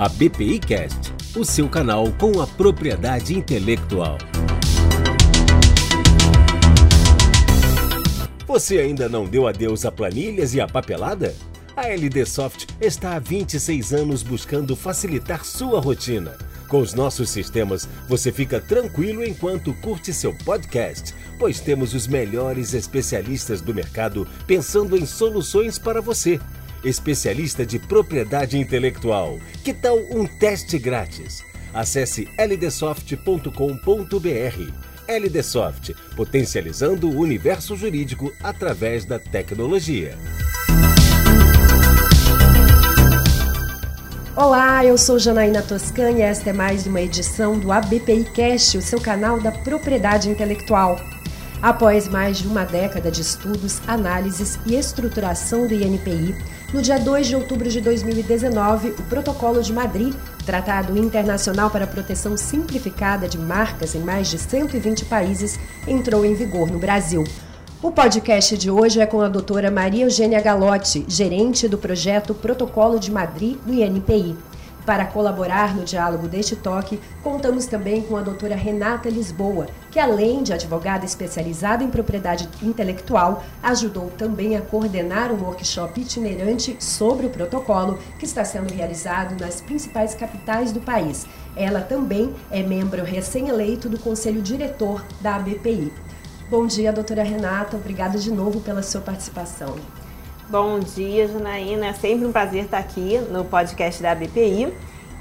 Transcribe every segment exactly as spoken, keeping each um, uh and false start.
a B P I Cast, o seu canal com a propriedade intelectual. Você ainda não deu adeus a planilhas e a papelada? A L D Soft está há vinte e seis anos buscando facilitar sua rotina. Com os nossos sistemas, você fica tranquilo enquanto curte seu podcast, pois temos os melhores especialistas do mercado pensando em soluções para você. Especialista de propriedade intelectual. Que tal um teste grátis? Acesse l d soft ponto com ponto b r. L D Soft, potencializando o universo jurídico através da tecnologia. Olá, eu sou Janaína Toscan e esta é mais uma edição do A B P I Cast, o seu canal da propriedade intelectual. Após mais de uma década de estudos, análises e estruturação do I N P I, no dia dois de outubro de dois mil e dezenove, o Protocolo de Madrid, Tratado Internacional para a Proteção Simplificada de Marcas em mais de cento e vinte países, entrou em vigor no Brasil. O podcast de hoje é com a doutora Maria Eugênia Galotti, gerente do projeto Protocolo de Madrid do I N P I. Para colaborar no diálogo deste toque, contamos também com a doutora Renata Lisboa, que além de advogada especializada em propriedade intelectual, ajudou também a coordenar um workshop itinerante sobre o protocolo que está sendo realizado nas principais capitais do país. Ela também é membro recém-eleito do Conselho Diretor da A B P I. Bom dia, doutora Renata. Obrigada de novo pela sua participação. Bom dia, Janaína. É sempre um prazer estar aqui no podcast da A B P I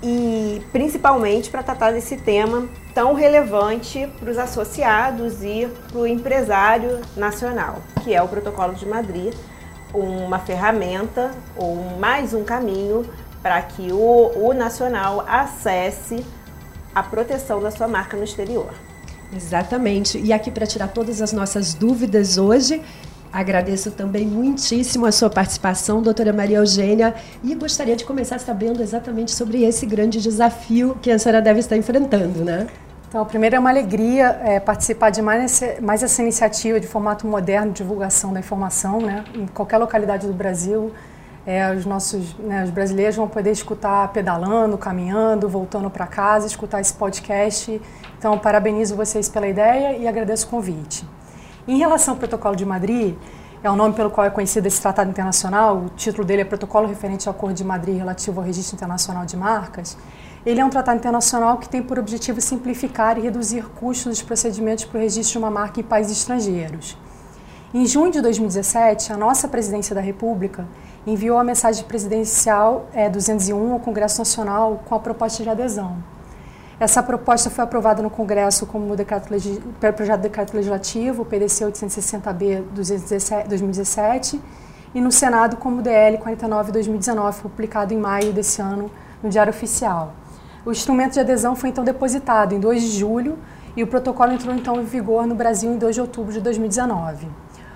e principalmente para tratar desse tema tão relevante para os associados e para o empresário nacional, que é o Protocolo de Madrid, uma ferramenta ou mais um caminho para que o, o nacional acesse a proteção da sua marca no exterior. Exatamente. E aqui para tirar todas as nossas dúvidas hoje, agradeço também muitíssimo a sua participação, doutora Maria Eugênia, e gostaria de começar sabendo exatamente sobre esse grande desafio que a senhora deve estar enfrentando, né? Então, primeiro é uma alegria é, participar de mais, mais essa iniciativa de formato moderno de divulgação da informação, né? Em qualquer localidade do Brasil, é, os nossos né, os brasileiros vão poder escutar pedalando, caminhando, voltando para casa, escutar esse podcast. Então, parabenizo vocês pela ideia e agradeço o convite. Em relação ao Protocolo de Madrid, é o nome pelo qual é conhecido esse tratado internacional, o título dele é Protocolo referente ao Acordo de Madrid relativo ao Registro Internacional de Marcas. Ele é um tratado internacional que tem por objetivo simplificar e reduzir custos dos procedimentos para o registro de uma marca em países estrangeiros. Em junho de dois mil e dezessete, a nossa Presidência da República enviou a mensagem presidencial é, duzentos e um ao Congresso Nacional com a proposta de adesão. Essa proposta foi aprovada no Congresso como decreto legis... projeto de decreto legislativo, o P D C oitocentos e sessenta B dois mil e dezessete, e no Senado como D L quarenta e nove dois mil e dezenove, publicado em maio desse ano no Diário Oficial. O instrumento de adesão foi então depositado em dois de julho e o protocolo entrou então em vigor no Brasil em dois de outubro de dois mil e dezenove.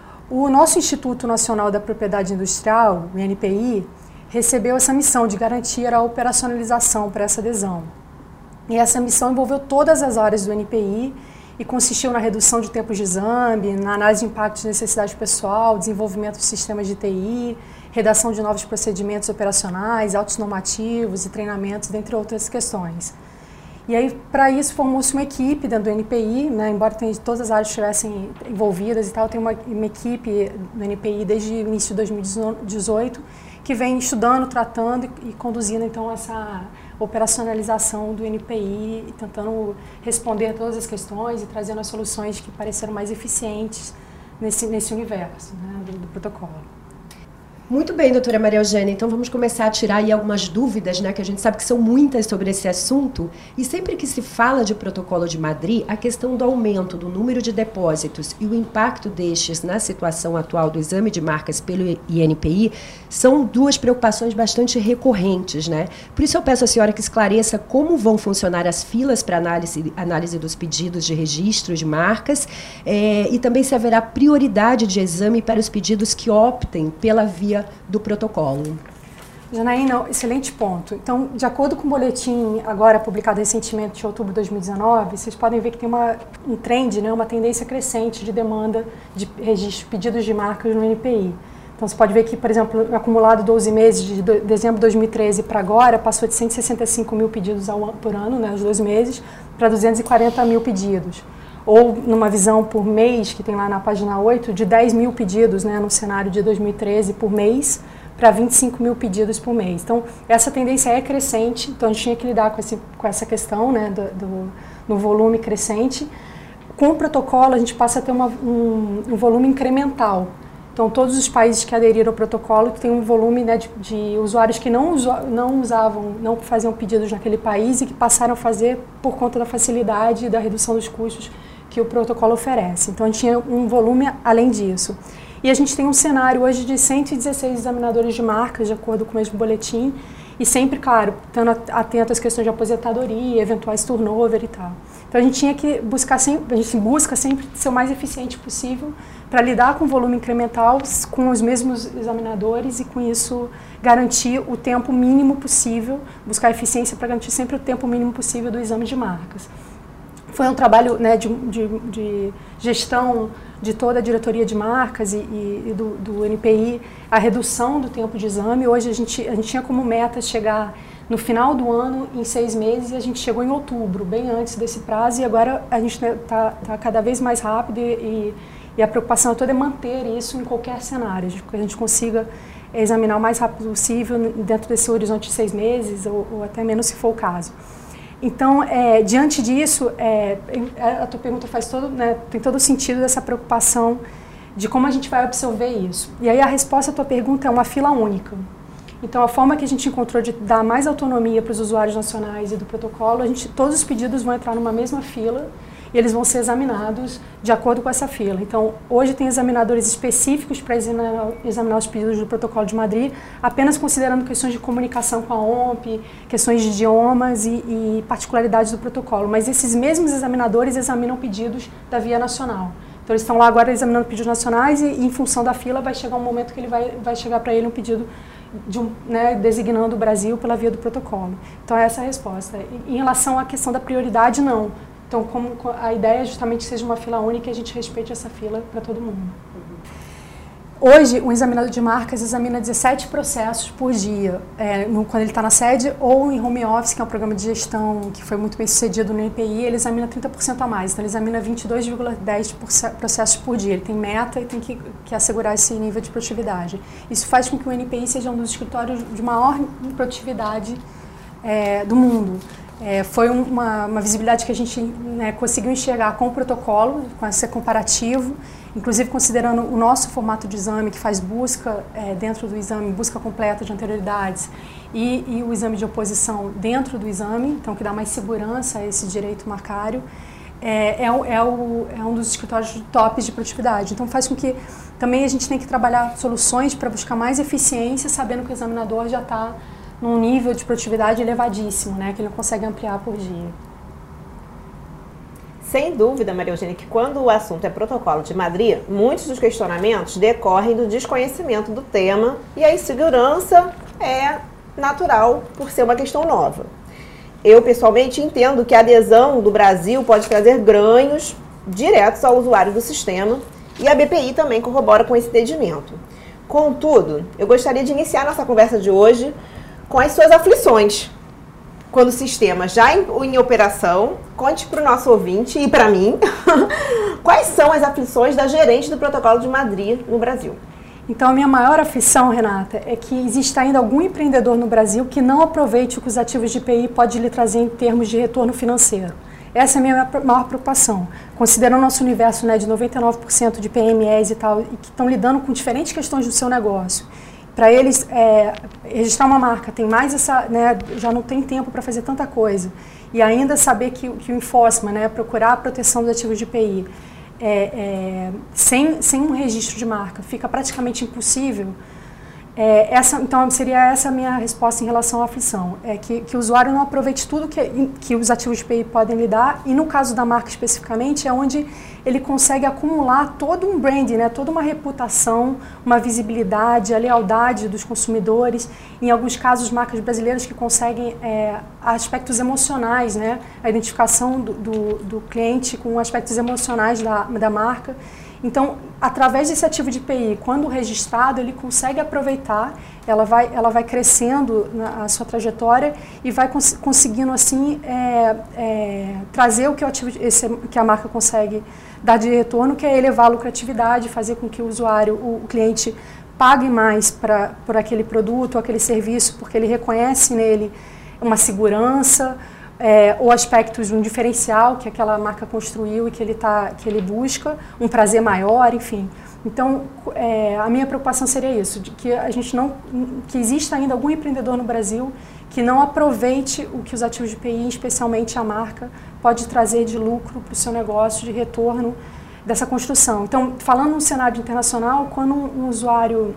O nosso Instituto Nacional da Propriedade Industrial, o I N P I, recebeu essa missão de garantir a operacionalização para essa adesão. E essa missão envolveu todas as áreas do I N P I e consistiu na redução de tempos de exame, na análise de impactos de necessidade pessoal, desenvolvimento de sistemas de T I, redação de novos procedimentos operacionais, autos normativos e treinamentos, dentre outras questões. E aí, para isso, formou-se uma equipe dentro do I N P I, né, embora tenha, todas as áreas estivessem envolvidas e tal, tem uma, uma equipe do I N P I desde o início de dois mil e dezoito que vem estudando, tratando e, e conduzindo, então, essa operacionalização do I N P I e tentando responder a todas as questões e trazendo as soluções que pareceram mais eficientes nesse, nesse universo, né, do, do protocolo. Muito bem, doutora Maria Eugênia, então vamos começar a tirar aí algumas dúvidas, né, que a gente sabe que são muitas sobre esse assunto, e sempre que se fala de Protocolo de Madrid, a questão do aumento do número de depósitos e o impacto destes na situação atual do exame de marcas pelo I N P I são duas preocupações bastante recorrentes, né? Por isso eu peço à senhora que esclareça como vão funcionar as filas para análise, análise dos pedidos de registro de marcas é, e também se haverá prioridade de exame para os pedidos que optem pela via do protocolo. Janaína, excelente ponto. Então, de acordo com o boletim agora publicado recentemente de outubro de dois mil e dezenove, vocês podem ver que tem uma, um trend, né, uma tendência crescente de demanda de registro, pedidos de marcas no I N P I. Então, você pode ver que, por exemplo, no acumulado doze meses, de dezembro de dois mil e treze para agora, passou de cento e sessenta e cinco mil pedidos ao, por ano, né, os doze meses, para duzentos e quarenta mil pedidos. Ou, numa visão por mês, que tem lá na página oito, de dez mil pedidos, né, no cenário de dois mil e treze por mês, para vinte e cinco mil pedidos por mês. Então, essa tendência é crescente, então a gente tinha que lidar com, esse, com essa questão, né, do, do, do volume crescente. Com o protocolo, a gente passa a ter uma, um, um volume incremental. Então, todos os países que aderiram ao protocolo têm um volume, né, de, de usuários que não, usu, não usavam, não faziam pedidos naquele país e que passaram a fazer por conta da facilidade e da redução dos custos que o protocolo oferece. Então, a gente tinha um volume além disso. E a gente tem um cenário hoje de cento e dezesseis examinadores de marcas, de acordo com o mesmo boletim, e sempre, claro, estando atento às questões de aposentadoria, eventuais turnover e tal. Então, a gente tinha que buscar sempre, a gente busca sempre ser o mais eficiente possível para lidar com o volume incremental com os mesmos examinadores e, com isso, garantir o tempo mínimo possível, buscar eficiência para garantir sempre o tempo mínimo possível do exame de marcas. Foi um trabalho, né, de, de, de gestão de toda a diretoria de marcas e, e, e do, do N P I, a redução do tempo de exame. Hoje a gente, a gente tinha como meta chegar no final do ano, em seis meses, e a gente chegou em outubro, bem antes desse prazo, e agora a gente está tá cada vez mais rápido e, e a preocupação toda é manter isso em qualquer cenário, que a gente consiga examinar o mais rápido possível dentro desse horizonte de seis meses ou, ou até menos se for o caso. Então, é, diante disso, é, a tua pergunta faz todo, né, tem todo o sentido dessa preocupação de como a gente vai absorver isso. E aí a resposta à tua pergunta é uma fila única. Então, a forma que a gente encontrou de dar mais autonomia para os usuários nacionais e do protocolo, a gente, todos os pedidos vão entrar numa mesma fila e eles vão ser examinados de acordo com essa fila. Então, hoje tem examinadores específicos para examinar, examinar os pedidos do Protocolo de Madrid, apenas considerando questões de comunicação com a O M P, questões de idiomas e, e particularidades do protocolo. Mas esses mesmos examinadores examinam pedidos da via nacional. Então, eles estão lá agora examinando pedidos nacionais e, e em função da fila, vai chegar um momento que ele vai, vai chegar para ele um pedido de um, né, designando o Brasil pela via do protocolo. Então, essa é a resposta. E, em relação à questão da prioridade, não. Então, como a ideia é justamente que seja uma fila única e a gente respeite essa fila para todo mundo. Hoje, o examinador de marcas examina dezessete processos por dia, é, no, quando ele está na sede, ou em home office, que é um programa de gestão que foi muito bem sucedido no N P I, ele examina trinta por cento a mais. Então, ele examina vinte e dois vírgula dez processos por dia. Ele tem meta e tem que, que assegurar esse nível de produtividade. Isso faz com que o N P I seja um dos escritórios de maior produtividade é, do mundo. É, foi uma, uma visibilidade que a gente, né, conseguiu enxergar com o protocolo, com esse comparativo, inclusive considerando o nosso formato de exame, que faz busca é, dentro do exame, busca completa de anterioridades, e, e o exame de oposição dentro do exame, então que dá mais segurança a esse direito marcário, é, é, o, é, o, é um dos escritórios tops de produtividade. Então faz com que também a gente tenha que trabalhar soluções para buscar mais eficiência, sabendo que o examinador já está num nível de produtividade elevadíssimo, né, que ele não consegue ampliar por dia. Sem dúvida, Maria Eugênia, que quando o assunto é Protocolo de Madrid, muitos dos questionamentos decorrem do desconhecimento do tema e a insegurança é natural por ser uma questão nova. Eu, pessoalmente, entendo que a adesão do Brasil pode trazer ganhos diretos ao usuário do sistema e a B P I também corrobora com esse entendimento. Contudo, eu gostaria de iniciar nossa conversa de hoje com as suas aflições. Quando o sistema já em, em operação, conte para o nosso ouvinte e para mim quais são as aflições da gerente do Protocolo de Madrid no Brasil. Então, a minha maior aflição, Renata, é que existe ainda algum empreendedor no Brasil que não aproveite o que os ativos de I P I podem lhe trazer em termos de retorno financeiro. Essa é a minha maior preocupação, considerando o nosso universo, né, de noventa e nove por cento de P M Es e tal, e que estão lidando com diferentes questões do seu negócio. Para eles, é, registrar uma marca tem mais essa, né, já não tem tempo para fazer tanta coisa. E ainda saber que, que o enforcement, né, procurar a proteção dos ativos de I P I, é, é, sem, sem um registro de marca, fica praticamente impossível. É, essa, então, seria essa a minha resposta em relação à aflição. É que, que o usuário não aproveite tudo que, que os ativos de I P I podem lhe dar, e no caso da marca especificamente, é onde ele consegue acumular todo um brand, né, toda uma reputação, uma visibilidade, a lealdade dos consumidores. Em alguns casos, marcas brasileiras que conseguem é, aspectos emocionais, né, a identificação do, do, do cliente com aspectos emocionais da, da marca. Então, através desse ativo de I P I, quando registrado, ele consegue aproveitar, ela vai, ela vai crescendo na a sua trajetória e vai cons conseguindo, assim, é, é, trazer o que, o ativo, esse, que a marca consegue dar de retorno, que é elevar a lucratividade, fazer com que o usuário, o, o cliente, pague mais pra, por aquele produto ou aquele serviço, porque ele reconhece nele uma segurança, é, ou aspectos de um diferencial que aquela marca construiu e que ele, tá, que ele busca, um prazer maior, enfim. Então, é, a minha preocupação seria isso, de que a gente não, que exista ainda algum empreendedor no Brasil que não aproveite o que os ativos de I P I, especialmente a marca, pode trazer de lucro para o seu negócio, de retorno dessa construção. Então, falando no cenário internacional, quando um, um usuário,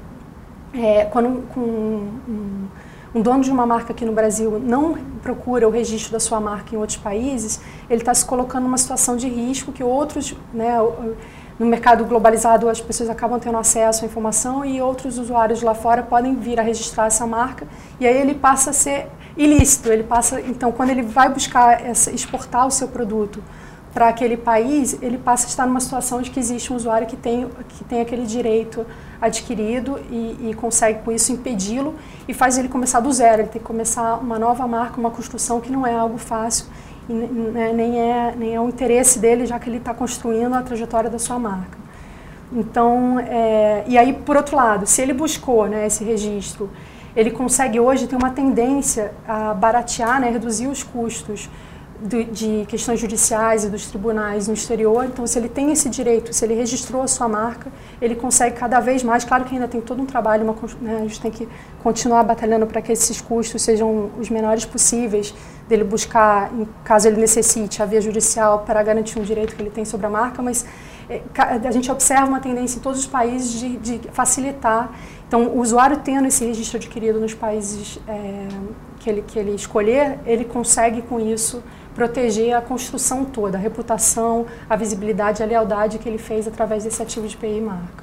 é, quando um, um, um, um dono de uma marca aqui no Brasil não procura o registro da sua marca em outros países, ele está se colocando numa situação de risco que outros, né, no mercado globalizado as pessoas acabam tendo acesso à informação e outros usuários lá fora podem vir a registrar essa marca e aí ele passa a ser ilícito. Ele passa, então, quando ele vai buscar essa, exportar o seu produto para aquele país, ele passa a estar numa situação de que existe um usuário que tem, que tem aquele direito adquirido e, e consegue com isso impedi-lo e faz ele começar do zero. Ele tem que começar uma nova marca, uma construção que não é algo fácil e né, nem, é, nem é o interesse dele, já que ele está construindo a trajetória da sua marca. Então, é, e aí, por outro lado, se ele buscou, né, esse registro, ele consegue hoje ter uma tendência a baratear, né, reduzir os custos de, de questões judiciais e dos tribunais no exterior. Então, se ele tem esse direito, se ele registrou a sua marca, ele consegue cada vez mais, claro que ainda tem todo um trabalho, uma, né, a gente tem que continuar batalhando para que esses custos sejam os menores possíveis, dele buscar, em caso ele necessite, a via judicial para garantir um direito que ele tem sobre a marca, mas é, a gente observa uma tendência em todos os países de, de facilitar. Então, o usuário tendo esse registro adquirido nos países é, que, ele, que ele escolher, ele consegue com isso proteger a construção toda, a reputação, a visibilidade, a lealdade que ele fez através desse ativo de I P I e marca.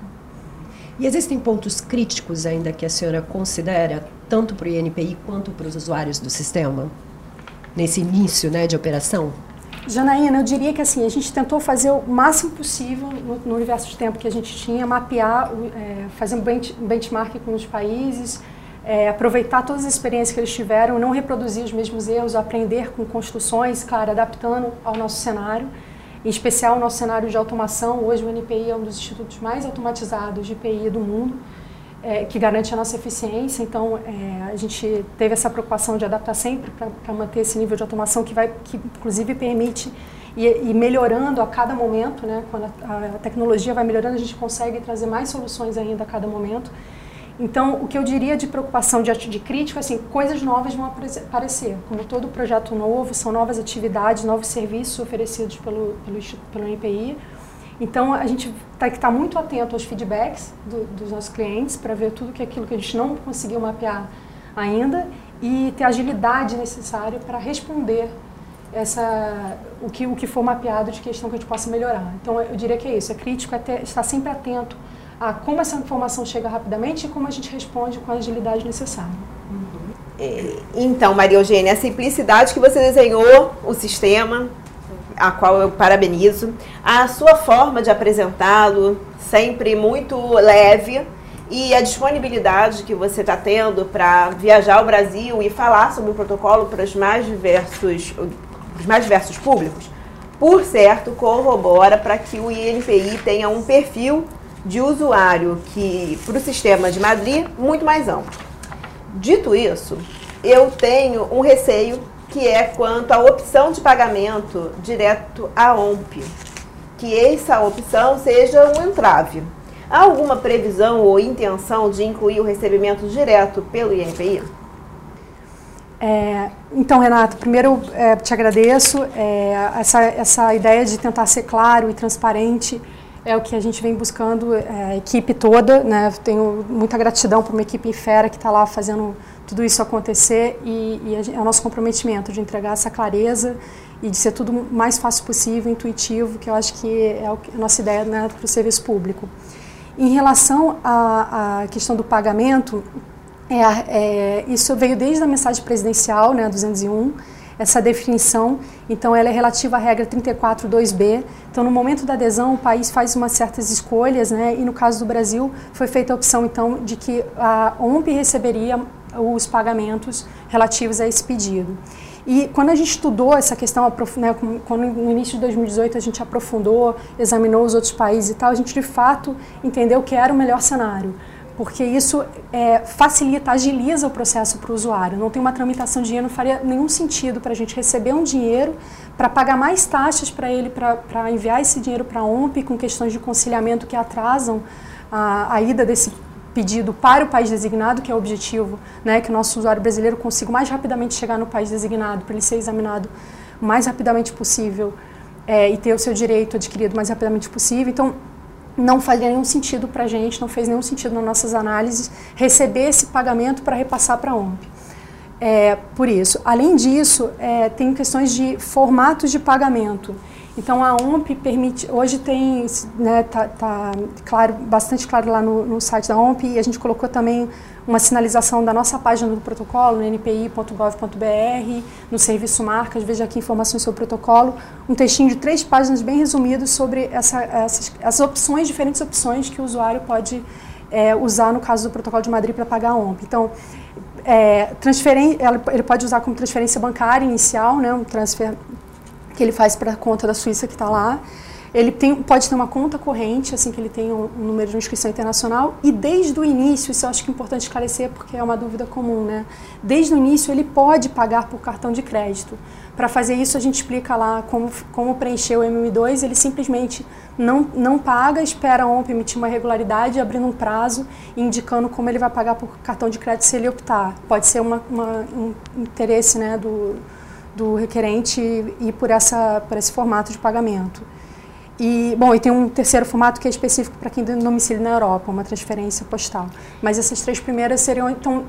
E existem pontos críticos ainda que a senhora considera, tanto para o I N P I quanto para os usuários do sistema, nesse início, né, de operação? Janaína, eu diria que assim, a gente tentou fazer o máximo possível no, no universo de tempo que a gente tinha, mapear, é, fazer um bench, benchmark com os países, é, aproveitar todas as experiências que eles tiveram, não reproduzir os mesmos erros, aprender com construções, claro, adaptando ao nosso cenário, em especial o nosso cenário de automação. Hoje o I N P I é um dos institutos mais automatizados de I P I do mundo, é, que garante a nossa eficiência. Então, é, a gente teve essa preocupação de adaptar sempre para manter esse nível de automação que, vai, que inclusive permite ir, ir melhorando a cada momento, né? Quando a, a tecnologia vai melhorando, a gente consegue trazer mais soluções ainda a cada momento. Então, o que eu diria de preocupação, de, de crítico, assim, coisas novas vão aparecer. Como todo projeto novo, são novas atividades, novos serviços oferecidos pelo, pelo, pelo I N P I. Então, a gente tem que estar muito atento aos feedbacks do, dos nossos clientes para ver tudo que aquilo que a gente não conseguiu mapear ainda e ter a agilidade necessária para responder essa, o, que, o que for mapeado de questão que a gente possa melhorar. Então, eu diria que é isso, é crítico é ter, estar sempre atento a como essa informação chega rapidamente e como a gente responde com a agilidade necessária. Uhum. Então, Maria Eugênia, a simplicidade que você desenhou o sistema, a qual eu parabenizo, a sua forma de apresentá-lo, sempre muito leve, e a disponibilidade que você está tendo para viajar ao Brasil e falar sobre o protocolo para os mais diversos, os mais diversos públicos, por certo, corrobora para que o I N P I tenha um perfil de usuário que, para o sistema de Madrid, muito mais amplo. Dito isso, eu tenho um receio que é quanto à opção de pagamento direto à O M P, que essa opção seja um entrave. Há alguma previsão ou intenção de incluir o recebimento direto pelo I N P I? É, então, Renato, primeiro é, te agradeço. É, essa, essa ideia de tentar ser claro e transparente é o que a gente vem buscando, é, a equipe toda, né? Tenho muita gratidão por uma equipe fera que está lá fazendo tudo isso acontecer e, e é o nosso comprometimento de entregar essa clareza e de ser tudo o mais fácil possível, intuitivo, que eu acho que é a nossa ideia, né, para o serviço público. Em relação à, à questão do pagamento, é, é, isso veio desde a mensagem presidencial, né, duzentos e um, essa definição. Então, ela é relativa à regra trinta e quatro, dois B. Então, no momento da adesão, o país faz umas certas escolhas, né? E no caso do Brasil, foi feita a opção, então, de que a O M P receberia os pagamentos relativos a esse pedido. E quando a gente estudou essa questão, né, quando no início de dois mil e dezoito a gente aprofundou, examinou os outros países e tal, a gente de fato entendeu que era o melhor cenário, porque isso é, facilita, agiliza o processo para o usuário. Não tem uma tramitação de dinheiro, não faria nenhum sentido para a gente receber um dinheiro, para pagar mais taxas para ele, para enviar esse dinheiro para a O M P, com questões de conciliamento que atrasam a, a ida desse pedido para o país designado, que é o objetivo, né, que o nosso usuário brasileiro consiga mais rapidamente chegar no país designado, para ele ser examinado o mais rapidamente possível é, e ter o seu direito adquirido o mais rapidamente possível. Então, não faria nenhum sentido para a gente, não fez nenhum sentido nas nossas análises, receber esse pagamento para repassar para a O M P. É, por isso, além disso, é, tem questões de formatos de pagamento. Então, a O M P permite, hoje tem, né, tá, tá claro, bastante claro lá no, no site da O M P, e a gente colocou também uma sinalização da nossa página do protocolo, no n p i ponto gov ponto b r, no serviço marcas, veja aqui informações sobre o protocolo, um textinho de três páginas bem resumido sobre essa, essas as opções, diferentes opções que o usuário pode é, usar no caso do protocolo de Madrid para pagar a O M P. Então, é, ele pode usar como transferência bancária inicial, né, um transfer que ele faz para a conta da Suíça que está lá. Ele tem, pode ter uma conta corrente, assim que ele tem um, um número de uma inscrição internacional, e desde o início, isso eu acho que é importante esclarecer porque é uma dúvida comum, né? Desde o início ele pode pagar por cartão de crédito. Para fazer isso a gente explica lá como, como preencher o M M dois, ele simplesmente não, não paga, espera a O M P emitir uma regularidade, abrindo um prazo e indicando como ele vai pagar por cartão de crédito se ele optar. Pode ser uma, uma, um interesse, né, do, do requerente ir por, essa, por esse formato de pagamento. E, bom, e tem um terceiro formato que é específico para quem tem domicílio na Europa, uma transferência postal. Mas essas três primeiras seriam, então,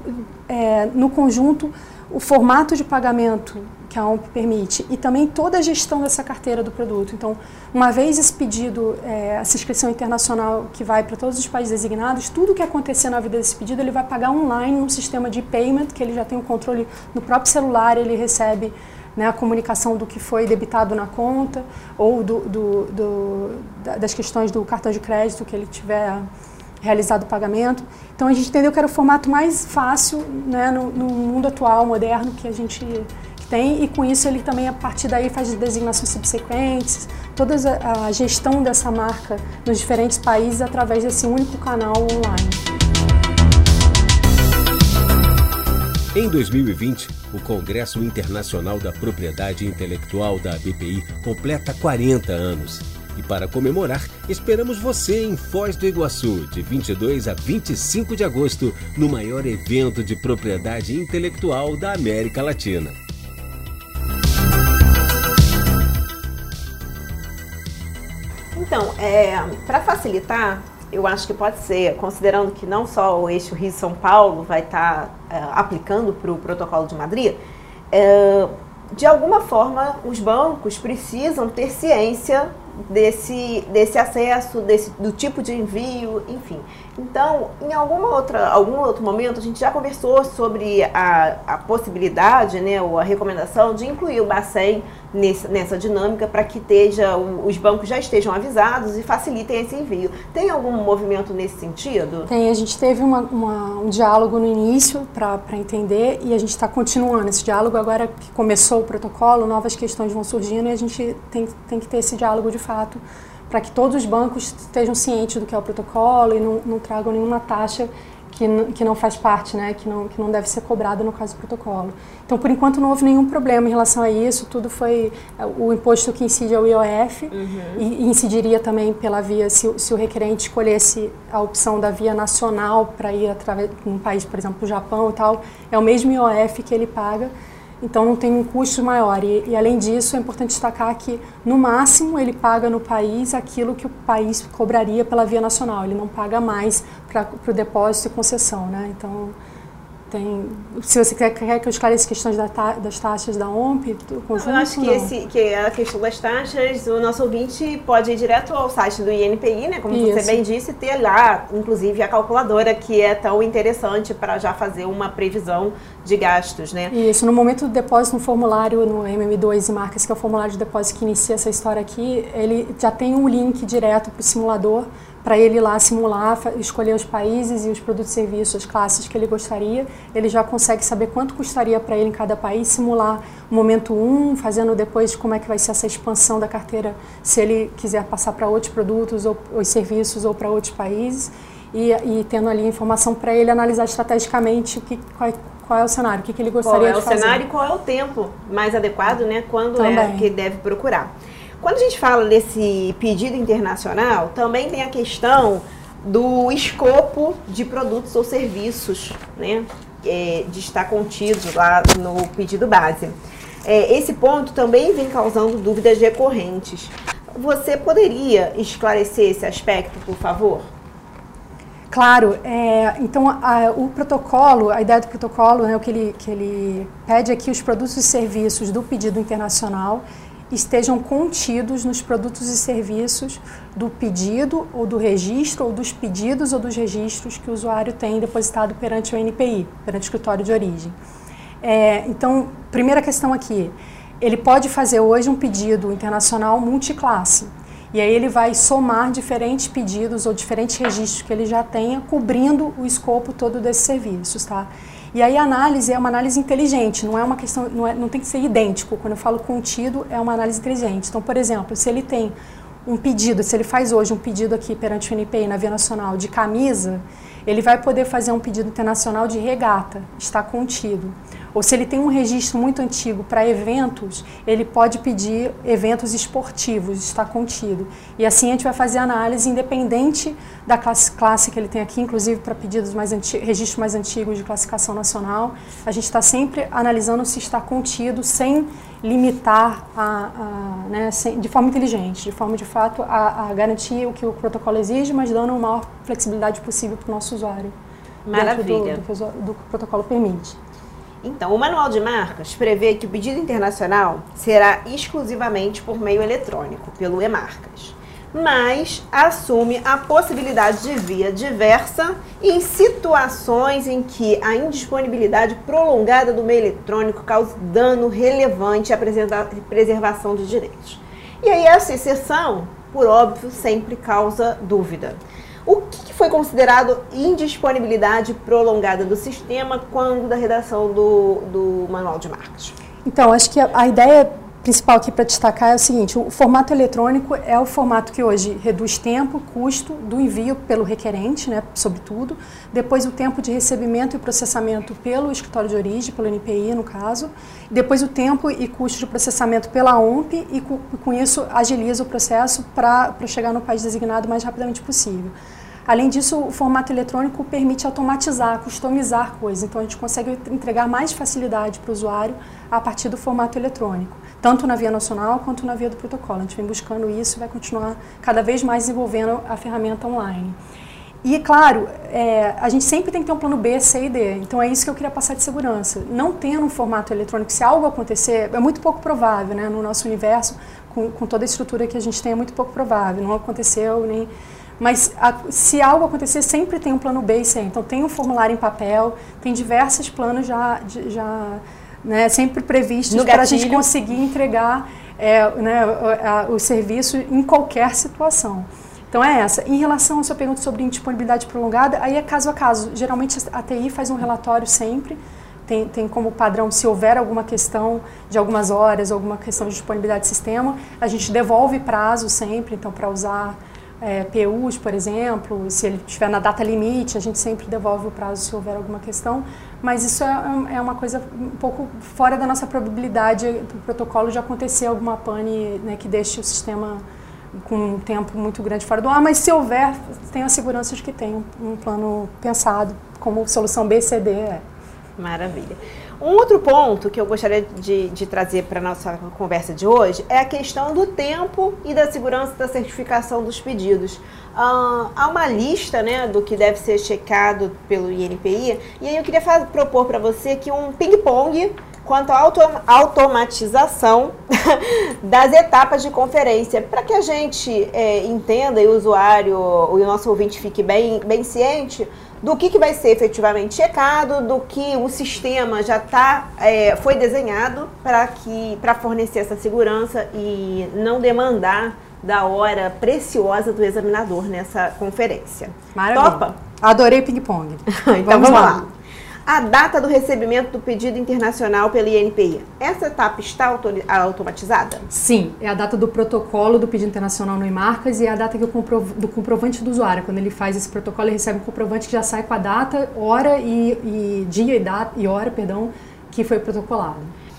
é, no conjunto, o formato de pagamento que a O M P permite e também toda a gestão dessa carteira do produto. Então, uma vez esse pedido, é, essa inscrição internacional que vai para todos os países designados, tudo que acontecer na vida desse pedido, ele vai pagar online num sistema de payment, que ele já tem o controle no próprio celular, ele recebe, né, a comunicação do que foi debitado na conta ou do, do, do, das questões do cartão de crédito que ele tiver realizado o pagamento. Então, a gente entendeu que era o formato mais fácil, né, no, no mundo atual, moderno, que a gente tem, e com isso ele também, a partir daí, faz designações subsequentes, toda a, a gestão dessa marca nos diferentes países através desse único canal online. Em dois mil e vinte, o Congresso Internacional da Propriedade Intelectual da A B P I completa quarenta anos. E para comemorar, esperamos você em Foz do Iguaçu, de vinte e dois a vinte e cinco de agosto, no maior evento de propriedade intelectual da América Latina. Então, é, para facilitar, eu acho que pode ser, considerando que não só o eixo Rio-São Paulo vai estar é, aplicando para o protocolo de Madrid, é, de alguma forma os bancos precisam ter ciência desse, desse acesso, desse, do tipo de envio, enfim. Então, em alguma outra, algum outro momento, a gente já conversou sobre a, a possibilidade, né, ou a recomendação de incluir o Bacen nesse, nessa dinâmica para que esteja, os bancos já estejam avisados e facilitem esse envio. Tem algum movimento nesse sentido? Tem, a gente teve uma, uma, um diálogo no início para entender e a gente está continuando esse diálogo. Agora que começou o protocolo, novas questões vão surgindo e a gente tem, tem que ter esse diálogo de fato para que todos os bancos estejam cientes do que é o protocolo e não, não tragam nenhuma taxa que não, que não faz parte, né, que não, que não deve ser cobrada no caso do protocolo. Então, por enquanto, não houve nenhum problema em relação a isso, tudo foi, o imposto que incide é o I O F, uhum. e, e incidiria também pela via, se, se o requerente escolhesse a opção da via nacional para ir através de um país, por exemplo, o Japão e tal, é o mesmo I O F que ele paga, então não tem um custo maior. E, e além disso, é importante destacar que, no máximo, ele paga no país aquilo que o país cobraria pela via nacional. Ele não paga mais para o depósito e concessão, né? Então, tem, se você quer, quer que eu esclareça questões da ta, das taxas da O M P, do conjunto, eu acho que, esse, que a questão das taxas, o nosso ouvinte pode ir direto ao site do I N P I, né, como Isso. você bem disse, e ter lá, inclusive, a calculadora, que é tão interessante para já fazer uma previsão de gastos, né? Isso, no momento do depósito no formulário, no M M dois e marcas, que é o formulário de depósito que inicia essa história aqui, ele já tem um link direto para o simulador, para ele ir lá simular, escolher os países e os produtos e serviços, as classes que ele gostaria. Ele já consegue saber quanto custaria para ele em cada país, simular o momento um, fazendo depois como é que vai ser essa expansão da carteira, se ele quiser passar para outros produtos ou, ou serviços ou para outros países, e, e tendo ali a informação para ele analisar estrategicamente o que, qual, qual é o cenário, o que, que ele gostaria de fazer. Qual é o cenário e qual é o tempo mais adequado, né? Quando Também. é que deve procurar. Quando a gente fala desse pedido internacional, também tem a questão do escopo de produtos ou serviços, né, é, de estar contidos lá no pedido base. É, esse ponto também vem causando dúvidas recorrentes. Você poderia esclarecer esse aspecto, por favor? Claro, é, então a, o protocolo, a ideia do protocolo, né, o que ele, que ele pede é que os produtos e serviços do pedido internacional estejam contidos nos produtos e serviços do pedido ou do registro, ou dos pedidos ou dos registros que o usuário tem depositado perante o N P I, perante o escritório de origem. É, então, primeira questão aqui, ele pode fazer hoje um pedido internacional multiclasse, e aí ele vai somar diferentes pedidos ou diferentes registros que ele já tenha, cobrindo o escopo todo desses serviços, tá? E aí a análise é uma análise inteligente, não é uma questão, não, é, não tem que ser idêntico. Quando eu falo contido, é uma análise inteligente. Então, por exemplo, se ele tem um pedido, se ele faz hoje um pedido aqui perante o N P I na Via Nacional de camisa, ele vai poder fazer um pedido internacional de regata, está contido. Ou se ele tem um registro muito antigo para eventos, ele pode pedir eventos esportivos, está contido. E assim a gente vai fazer análise independente da classe, classe que ele tem aqui, inclusive para pedidos mais antigos, registros mais antigos de classificação nacional. A gente está sempre analisando se está contido, sem limitar, a, a, né, sem, de forma inteligente, de forma de fato a, a garantir o que o protocolo exige, mas dando a maior flexibilidade possível para o nosso usuário. Maravilha. Do, do, do que o protocolo permite. Então, o Manual de Marcas prevê que o pedido internacional será exclusivamente por meio eletrônico, pelo e-marcas, mas assume a possibilidade de via diversa em situações em que a indisponibilidade prolongada do meio eletrônico cause dano relevante à preservação de direitos. E aí essa exceção, por óbvio, sempre causa dúvida. O que foi considerado indisponibilidade prolongada do sistema quando da redação do, do Manual de Marcas? Então, acho que a, a ideia principal aqui para destacar é o seguinte: o formato eletrônico é o formato que hoje reduz tempo, custo do envio pelo requerente, né, sobretudo, depois o tempo de recebimento e processamento pelo escritório de origem, pelo N P I no caso, depois o tempo e custo de processamento pela O M P e com, com isso agiliza o processo para chegar no país designado o mais rapidamente possível. Além disso, o formato eletrônico permite automatizar, customizar coisas, então a gente consegue entregar mais facilidade para o usuário a partir do formato eletrônico, tanto na via nacional quanto na via do protocolo. A gente vem buscando isso e vai continuar cada vez mais desenvolvendo a ferramenta online. E, claro, é, a gente sempre tem que ter um plano B, C e D, então é isso que eu queria passar de segurança. Não tendo um formato eletrônico, se algo acontecer, é muito pouco provável, né? No nosso universo, com, com toda a estrutura que a gente tem, é muito pouco provável, não aconteceu nem... Mas a, se algo acontecer, sempre tem um plano B e C. Então tem um formulário em papel, tem diversos planos já, já né, sempre previstos para a gente conseguir entregar é, né, a, a, o serviço em qualquer situação. Então é essa. Em relação à sua pergunta sobre indisponibilidade prolongada, aí é caso a caso. Geralmente a T I faz um relatório sempre, tem, tem como padrão, se houver alguma questão de algumas horas, alguma questão de disponibilidade de sistema, a gente devolve prazo sempre, então para usar... É, P Us, por exemplo, se ele estiver na data limite, a gente sempre devolve o prazo se houver alguma questão, mas isso é, é uma coisa um pouco fora da nossa probabilidade do protocolo de acontecer alguma pane, né, que deixe o sistema com um tempo muito grande fora do ar, mas se houver, tem a segurança de que tem um, um plano pensado como solução B, C, D. É. Maravilha. Um outro ponto que eu gostaria de, de trazer para a nossa conversa de hoje é a questão do tempo e da segurança da certificação dos pedidos. Ah, há uma lista, né, do que deve ser checado pelo I N P I, e aí eu queria fazer, propor para você aqui um ping-pong quanto à autom automatização das etapas de conferência, para que a gente é, entenda e o usuário, o nosso ouvinte fique bem, bem ciente do que, que vai ser efetivamente checado, do que o sistema já tá, é, foi desenhado para que para fornecer essa segurança e não demandar da hora preciosa do examinador nessa conferência. Maravilha. Topa? Adorei ping-pong. Então vamos, vamos lá. lá. A data do recebimento do pedido internacional pelo I N P I. Essa etapa está automatizada? Sim, é a data do protocolo do pedido internacional no IMARCAS e é a data que o comprov do comprovante do usuário. Quando ele faz esse protocolo, ele recebe um comprovante que já sai com a data, hora e, e dia e, data, e hora, perdão, que foi protocolado.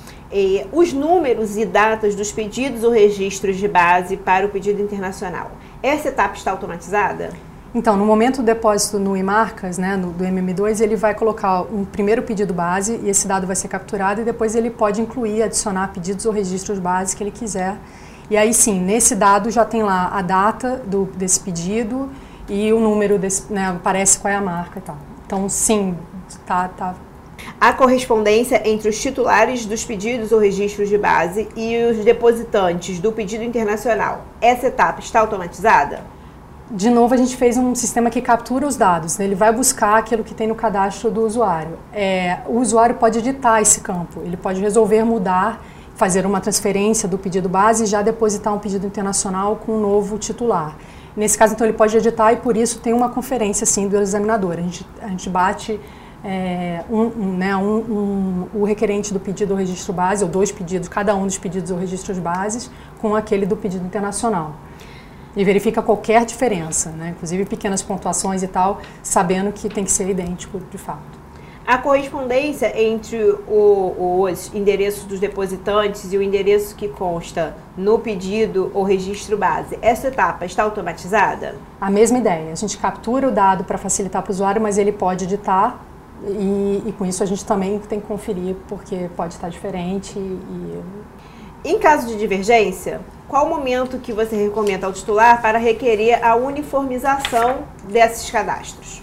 E os números e datas dos pedidos ou registros de base para o pedido internacional. Essa etapa está automatizada? Então, no momento do depósito no IMARCAS, né, no, do M M dois, ele vai colocar um primeiro pedido base e esse dado vai ser capturado e depois ele pode incluir, adicionar pedidos ou registros base que ele quiser. E aí sim, nesse dado já tem lá a data do, desse pedido e o número, desse, né, aparece qual é a marca e tal. Então, sim, tá... tá. A correspondência entre os titulares dos pedidos ou registros de base e os depositantes do pedido internacional. Essa etapa está automatizada? De novo, a gente fez um sistema que captura os dados, né? Ele vai buscar aquilo que tem no cadastro do usuário. É, o usuário pode editar esse campo, ele pode resolver mudar, fazer uma transferência do pedido base e já depositar um pedido internacional com um novo titular. Nesse caso, então, ele pode editar e por isso tem uma conferência, sim, do examinador. A gente, a gente bate é, um, um, né, um, um, o requerente do pedido ou registro base, ou dois pedidos, cada um dos pedidos ou registros bases, com aquele do pedido internacional. E verifica qualquer diferença, né? Inclusive pequenas pontuações e tal, sabendo que tem que ser idêntico de fato. A correspondência entre o, os endereços dos depositantes e o endereço que consta no pedido ou registro base, essa etapa está automatizada? A mesma ideia, a gente captura o dado para facilitar para o usuário, mas ele pode editar e, e com isso a gente também tem que conferir, porque pode estar diferente. E... Em caso de divergência, qual o momento que você recomenda ao titular para requerer a uniformização desses cadastros?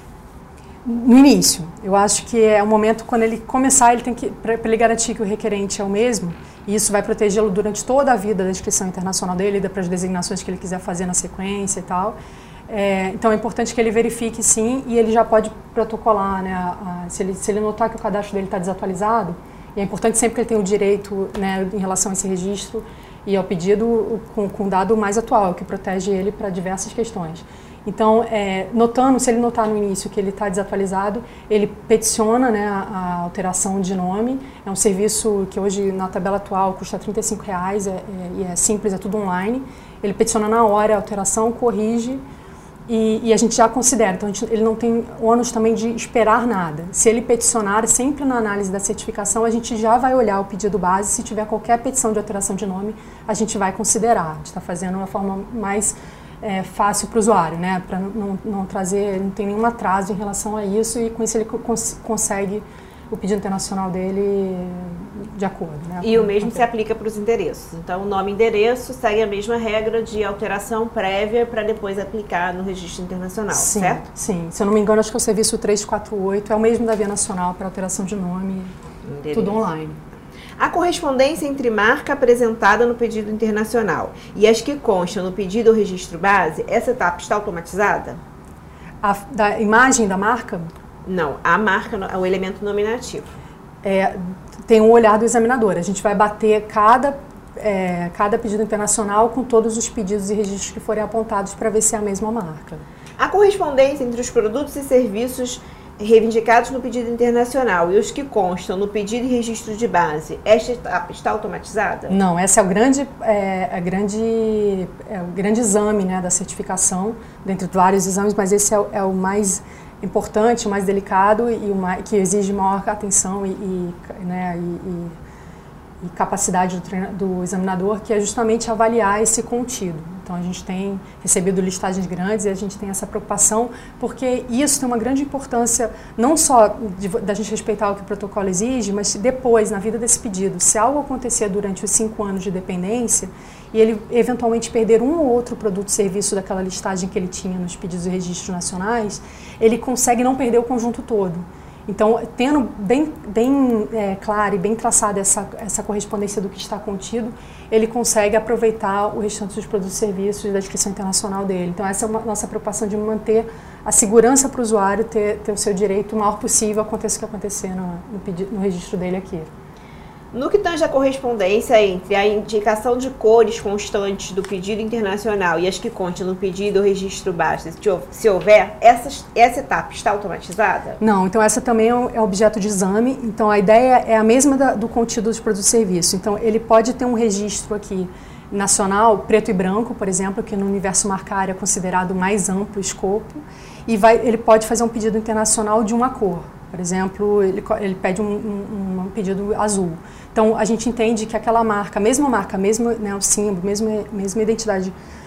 No início, eu acho que é o momento quando ele começar, ele tem que, para ele garantir que o requerente é o mesmo, e isso vai protegê-lo durante toda a vida da inscrição internacional dele, para as designações que ele quiser fazer na sequência e tal. É, então é importante que ele verifique sim, e ele já pode protocolar, né, a, a, se, ele, se ele notar que o cadastro dele está desatualizado, e é importante sempre que ele tenha o direito, né, em relação a esse registro e ao pedido com, com dado mais atual, que protege ele para diversas questões. Então, é, notando, se ele notar no início que ele está desatualizado, ele peticiona, né, a, a alteração de nome. É um serviço que hoje, na tabela atual, custa trinta e cinco reais, é, é, e é simples, é tudo online. Ele peticiona na hora a alteração, corrige, E, e a gente já considera, então a gente, ele não tem ônus também de esperar nada. Se ele peticionar, sempre na análise da certificação, a gente já vai olhar o pedido base, se tiver qualquer petição de alteração de nome, a gente vai considerar. A gente está fazendo uma forma mais é, fácil para o usuário, né? Para não, não trazer, não tem nenhum atraso em relação a isso e com isso ele cons consegue o pedido internacional dele de acordo. Né? E o mesmo se aplica para os endereços. Então, o nome e endereço segue a mesma regra de alteração prévia para depois aplicar no registro internacional, sim, certo? Sim, se eu não me engano, acho que é o serviço trezentos e quarenta e oito, é o mesmo da Via Nacional para alteração de nome, endereço. Tudo online. A correspondência entre marca apresentada no pedido internacional e as que constam no pedido ou registro base, essa etapa está automatizada? A da imagem da marca? Não, a marca é o elemento nominativo. É, tem um olhar do examinador. A gente vai bater cada, é, cada pedido internacional com todos os pedidos e registros que forem apontados para ver se é a mesma marca. A correspondência entre os produtos e serviços reivindicados no pedido internacional e os que constam no pedido e registro de base, esta etapa está automatizada? Não, esse é o grande, é, é grande, é o grande exame, né, da certificação, dentre vários exames, mas esse é, o, é o mais importante, o mais delicado e o mais, que exige maior atenção e, e, né, e, e capacidade do, treina, do examinador, que é justamente avaliar esse contido. Então, a gente tem recebido listagens grandes e a gente tem essa preocupação, porque isso tem uma grande importância, não só de, da gente respeitar o que o protocolo exige, mas depois, na vida desse pedido. Se algo acontecer durante os cinco anos de dependência e ele eventualmente perder um ou outro produto ou serviço daquela listagem que ele tinha nos pedidos e registros nacionais, ele consegue não perder o conjunto todo. Então, tendo bem, bem é, clara e bem traçada essa, essa correspondência do que está contido, ele consegue aproveitar o restante dos produtos e serviços da inscrição internacional dele. Então, essa é a nossa preocupação de manter a segurança para o usuário ter, ter o seu direito o maior possível, aconteça o que acontecer no, no, pedido, no registro dele aqui. No que tange a correspondência entre a indicação de cores constantes do pedido internacional e as que constam no pedido ou registro base, se houver, essa, essa etapa está automatizada? Não, então essa também é objeto de exame, então a ideia é a mesma da, do contido dos produtos e serviços. Então ele pode ter um registro aqui nacional, preto e branco, por exemplo, que no universo marcário é considerado mais amplo o escopo, e vai, ele pode fazer um pedido internacional de uma cor. Por exemplo, ele, ele pede um, um, um pedido azul. Então, a gente entende que aquela marca, a mesma marca, mesmo, né, o símbolo, mesma, mesma identidade,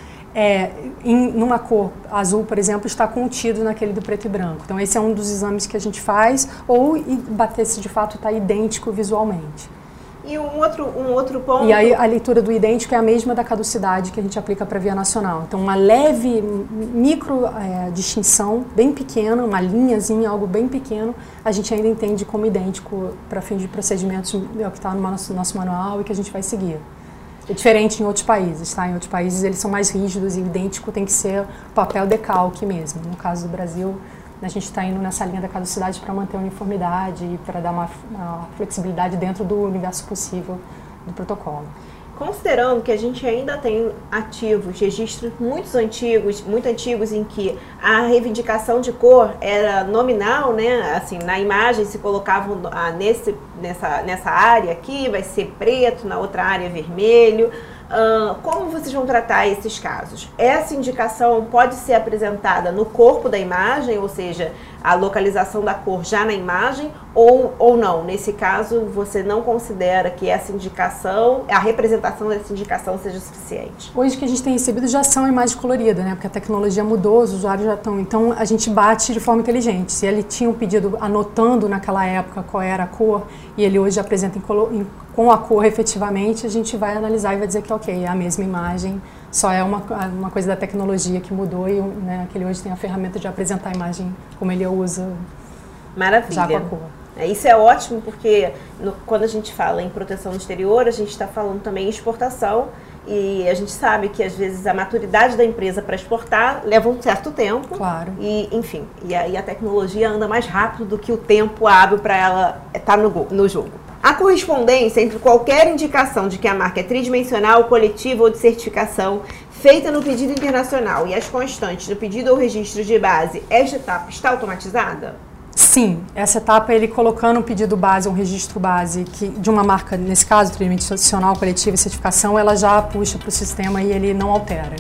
é, em numa cor azul, por exemplo, está contido naquele do preto e branco. Então, esse é um dos exames que a gente faz, ou e bater se de fato está idêntico visualmente. E um outro, um outro ponto... E aí a leitura do idêntico é a mesma da caducidade que a gente aplica para a via nacional. Então, uma leve micro é, distinção, bem pequena, uma linhazinha, algo bem pequeno, a gente ainda entende como idêntico para fim de procedimentos, é o que está no nosso, nosso manual e que a gente vai seguir. É diferente em outros países, tá? Em outros países eles são mais rígidos e idêntico tem que ser papel decalque mesmo. No caso do Brasil, a gente está indo nessa linha da caducidade para manter a uniformidade e para dar uma, uma flexibilidade dentro do universo possível do protocolo. Considerando que a gente ainda tem ativos, registros muito antigos, muito antigos em que a reivindicação de cor era nominal, né? Assim, na imagem se colocava ah, nesse, nessa, nessa área aqui vai ser preto, na outra área vermelho. Uh, como vocês vão tratar esses casos? Essa indicação pode ser apresentada no corpo da imagem, ou seja, a localização da cor já na imagem, ou, ou não? Nesse caso, você não considera que essa indicação, a representação dessa indicação seja suficiente? Hoje que a gente tem recebido já são imagens coloridas, né? Porque a tecnologia mudou, os usuários já estão... Então, a gente bate de forma inteligente. Se ele tinha um pedido anotando naquela época qual era a cor, e ele hoje apresenta em, colo, em com a cor efetivamente, a gente vai analisar e vai dizer que ok, é a mesma imagem, só é uma, uma coisa da tecnologia que mudou e né, que ele hoje tem a ferramenta de apresentar a imagem como ele usa. Maravilha. Já com a cor. É, isso é ótimo porque no, quando a gente fala em proteção no exterior, a gente está falando também em exportação e a gente sabe que às vezes a maturidade da empresa para exportar leva um certo tempo. Claro. E, enfim, e a, e a tecnologia anda mais rápido do que o tempo hábil para ela estar no, no jogo. A correspondência entre qualquer indicação de que a marca é tridimensional, coletiva ou de certificação feita no pedido internacional e as constantes no pedido ou registro de base, esta etapa está automatizada? Sim, essa etapa ele colocando um pedido base, um registro base que, de uma marca, nesse caso, tridimensional, coletiva e certificação, ela já puxa para o sistema e ele não altera.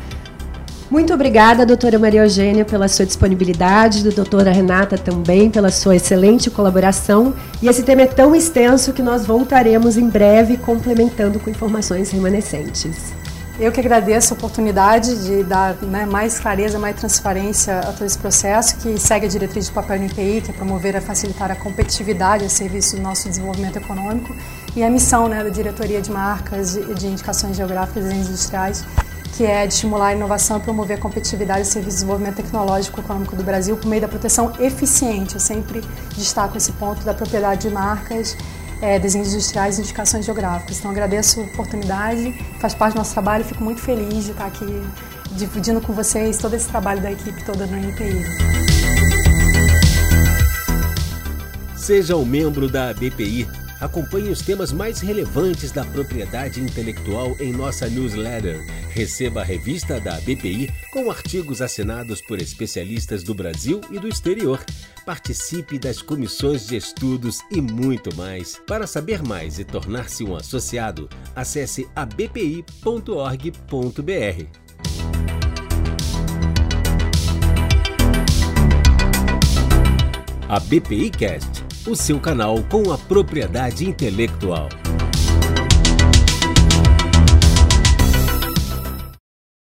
Muito obrigada, doutora Maria Eugênia, pela sua disponibilidade, do doutora Renata também, pela sua excelente colaboração. E esse tema é tão extenso que nós voltaremos em breve complementando com informações remanescentes. Eu que agradeço a oportunidade de dar né, mais clareza, mais transparência a todo esse processo, que segue a diretriz do papel no I P I, que é promover e facilitar a competitividade a serviço do nosso desenvolvimento econômico, e a missão né, da Diretoria de Marcas e de Indicações Geográficas e Industriais, que é de estimular a inovação e promover a competitividade e serviço de desenvolvimento tecnológico e econômico do Brasil por meio da proteção eficiente. Eu sempre destaco esse ponto da propriedade de marcas, é, desenhos industriais e indicações geográficas. Então, agradeço a oportunidade, faz parte do nosso trabalho e fico muito feliz de estar aqui dividindo com vocês todo esse trabalho da equipe toda no I P I. Seja um membro da B P I. Acompanhe os temas mais relevantes da propriedade intelectual em nossa newsletter. Receba a revista da B P I com artigos assinados por especialistas do Brasil e do exterior. Participe das comissões de estudos e muito mais. Para saber mais e tornar-se um associado, acesse a b p i ponto org ponto b r. A B P I Cast, o seu canal com a propriedade intelectual. Podcast.